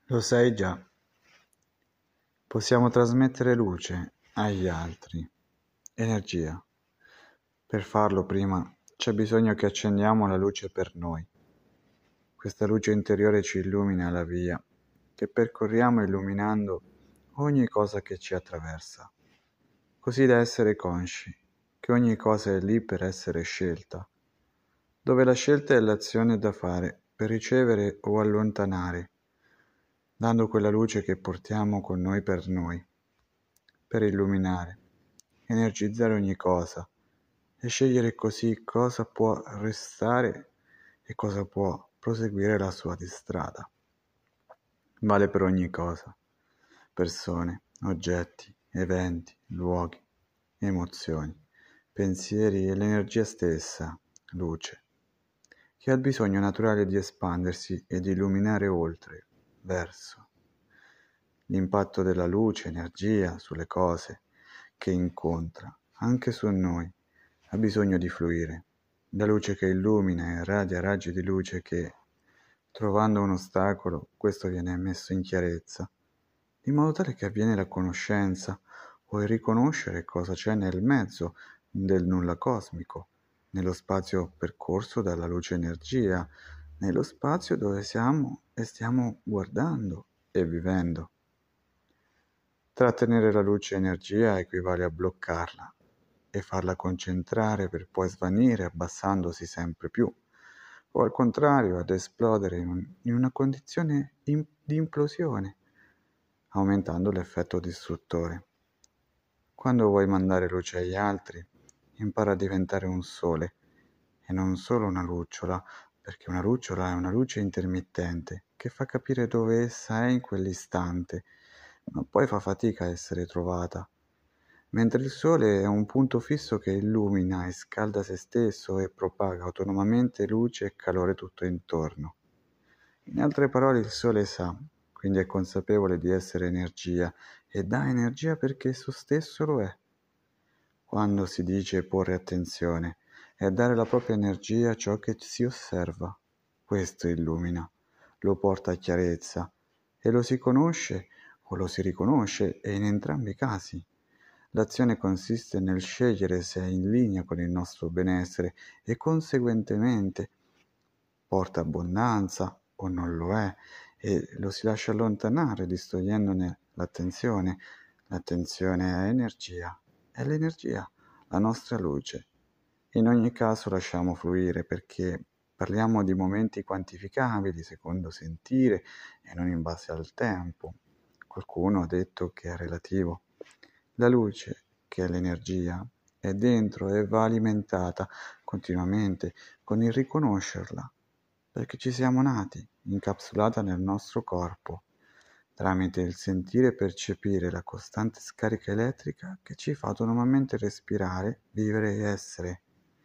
Lo sai già, possiamo trasmettere luce agli altri, energia. Per farlo prima c'è bisogno che accendiamo la luce per noi. Questa luce interiore ci illumina la via che percorriamo illuminando ogni cosa che ci attraversa, così da essere consci che ogni cosa è lì per essere scelta, dove la scelta è l'azione da fare per ricevere o allontanare, dando quella luce che portiamo con noi, per illuminare, energizzare ogni cosa e scegliere così cosa può restare e cosa può proseguire la sua di strada. Vale per ogni cosa, persone, oggetti, eventi, luoghi, emozioni, pensieri e l'energia stessa, luce, che ha il bisogno naturale di espandersi e di illuminare oltre, verso. L'impatto della luce, energia, sulle cose che incontra, anche su noi, ha bisogno di fluire. La luce che illumina e irradia raggi di luce che, trovando un ostacolo, questo viene messo in chiarezza, in modo tale che avviene la conoscenza o il riconoscere cosa c'è nel mezzo del nulla cosmico, nello spazio percorso dalla luce energia, nello spazio dove siamo e stiamo guardando e vivendo. Trattenere la luce energia equivale a bloccarla e farla concentrare per poi svanire abbassandosi sempre più, o al contrario ad esplodere in una condizione di implosione, aumentando l'effetto distruttore. Quando vuoi mandare luce agli altri, impara a diventare un sole, e non solo una lucciola, perché una lucciola è una luce intermittente che fa capire dove essa è in quell'istante, ma poi fa fatica a essere trovata, mentre il Sole è un punto fisso che illumina e scalda se stesso e propaga autonomamente luce e calore tutto intorno. In altre parole, il Sole sa, quindi è consapevole di essere energia e dà energia perché esso stesso lo è. Quando si dice porre attenzione, è dare la propria energia a ciò che si osserva. Questo illumina, lo porta a chiarezza e lo si conosce o lo si riconosce e in entrambi i casi. L'azione consiste nel scegliere se è in linea con il nostro benessere e conseguentemente porta abbondanza o non lo è e lo si lascia allontanare distogliendone l'attenzione. L'attenzione è energia, è l'energia, la nostra luce. In ogni caso lasciamo fluire perché parliamo di momenti quantificabili secondo sentire e non in base al tempo. Qualcuno ha detto che è relativo. La luce, che è l'energia, è dentro e va alimentata continuamente con il riconoscerla, perché ci siamo nati, incapsulata nel nostro corpo, tramite il sentire e percepire la costante scarica elettrica che ci fa autonomamente respirare, vivere e essere.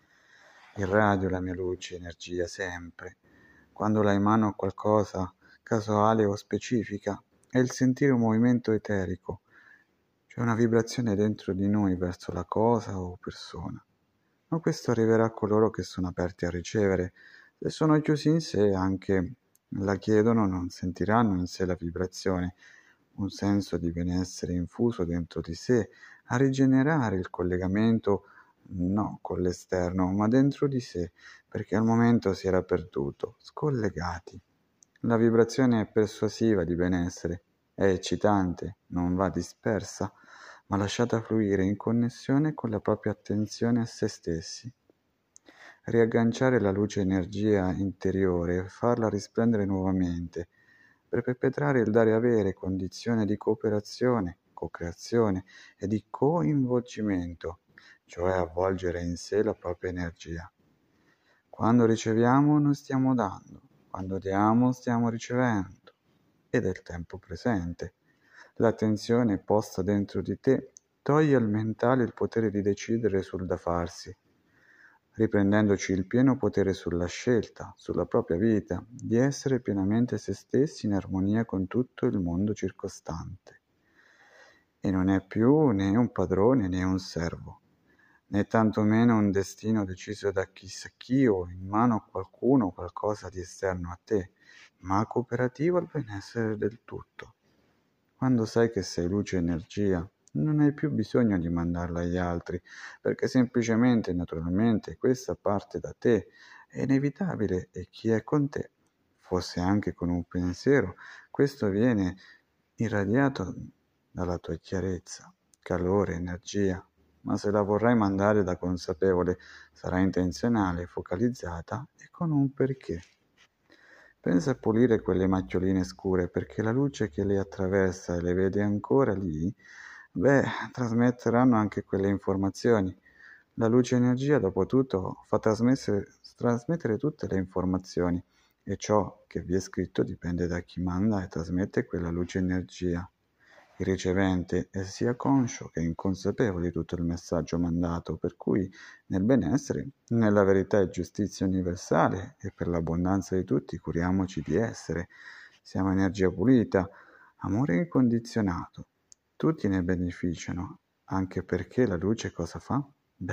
Irradio la mia luce, energia, sempre. Quando la emano a qualcosa casuale o specifica, è il sentire un movimento eterico, cioè una vibrazione dentro di noi verso la cosa o persona. Ma questo arriverà a coloro che sono aperti a ricevere. Se sono chiusi in sé, anche la chiedono, non sentiranno in sé la vibrazione, un senso di benessere infuso dentro di sé, a rigenerare il collegamento non con l'esterno, ma dentro di sé, perché al momento si era perduto, scollegati. La vibrazione è persuasiva di benessere, è eccitante, non va dispersa, ma lasciata fluire in connessione con la propria attenzione a se stessi. Riagganciare la luce energia interiore e farla risplendere nuovamente, per perpetrare il dare e avere condizione di cooperazione, co-creazione e di coinvolgimento, cioè avvolgere in sé la propria energia. Quando riceviamo noi stiamo dando, quando diamo stiamo ricevendo, ed è il tempo presente. L'attenzione posta dentro di te toglie al mentale il potere di decidere sul da farsi, riprendendoci il pieno potere sulla scelta, sulla propria vita, di essere pienamente se stessi in armonia con tutto il mondo circostante. E non è più né un padrone né un servo, né tantomeno un destino deciso da chissà chi o in mano a qualcuno o qualcosa di esterno a te, ma cooperativo al benessere del tutto. Quando sai che sei luce e energia, non hai più bisogno di mandarla agli altri, perché semplicemente e naturalmente questa parte da te è inevitabile e chi è con te, fosse anche con un pensiero, questo viene irradiato dalla tua chiarezza, calore, energia, ma se la vorrai mandare da consapevole sarà intenzionale, focalizzata e con un perché. Pensa a pulire quelle macchioline scure perché la luce che le attraversa e le vede ancora lì, trasmetteranno anche quelle informazioni. La luce energia, dopo tutto, fa trasmettere tutte le informazioni e ciò che vi è scritto dipende da chi manda e trasmette quella luce energia. Il ricevente è sia conscio che inconsapevole di tutto il messaggio mandato, per cui nel benessere, nella verità e giustizia universale e per l'abbondanza di tutti curiamoci di essere. Siamo energia pulita, amore incondizionato. Tutti ne beneficiano, anche perché la luce cosa fa?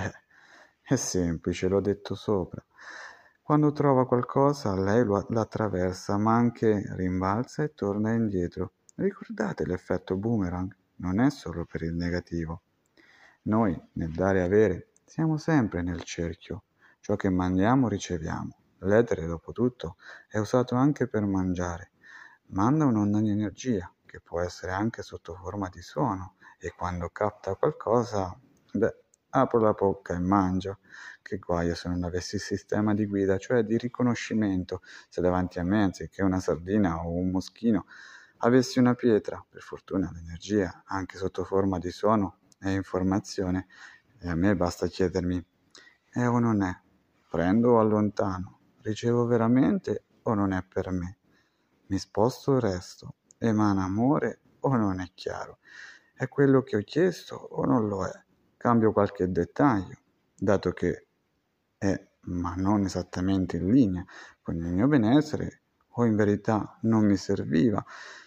È semplice, l'ho detto sopra. Quando trova qualcosa, lei l'attraversa, ma anche rimbalza e torna indietro. Ricordate l'effetto boomerang? Non è solo per il negativo. Noi, nel dare e avere, siamo sempre nel cerchio. Ciò che mandiamo riceviamo. L'etere, dopo tutto, è usato anche per mangiare. Manda un'onda di energia, che può essere anche sotto forma di suono, e quando capta qualcosa, apro la bocca e mangio. Che guaio se non avessi il sistema di guida, cioè di riconoscimento, se davanti a me, anziché una sardina o un moschino, avessi una pietra. Per fortuna l'energia, anche sotto forma di suono, è informazione, e a me basta chiedermi, è o non è? Prendo o allontano? Ricevo veramente o non è per me? Mi sposto o resto? Emana amore o non è chiaro? È quello che ho chiesto o non lo è? Cambio qualche dettaglio, dato che è, ma non esattamente in linea con il mio benessere, o in verità non mi serviva,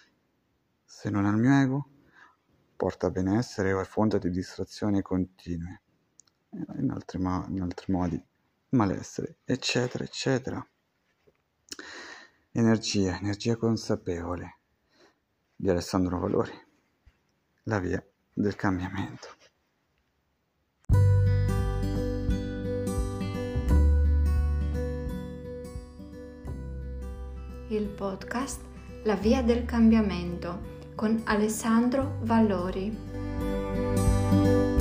se non al mio ego, porta benessere o è fonte di distrazioni continue, in altri modi, malessere, eccetera, eccetera. Energia consapevole di Alessandro Valori, la via del cambiamento. Il podcast La via del cambiamento con Alessandro Valori.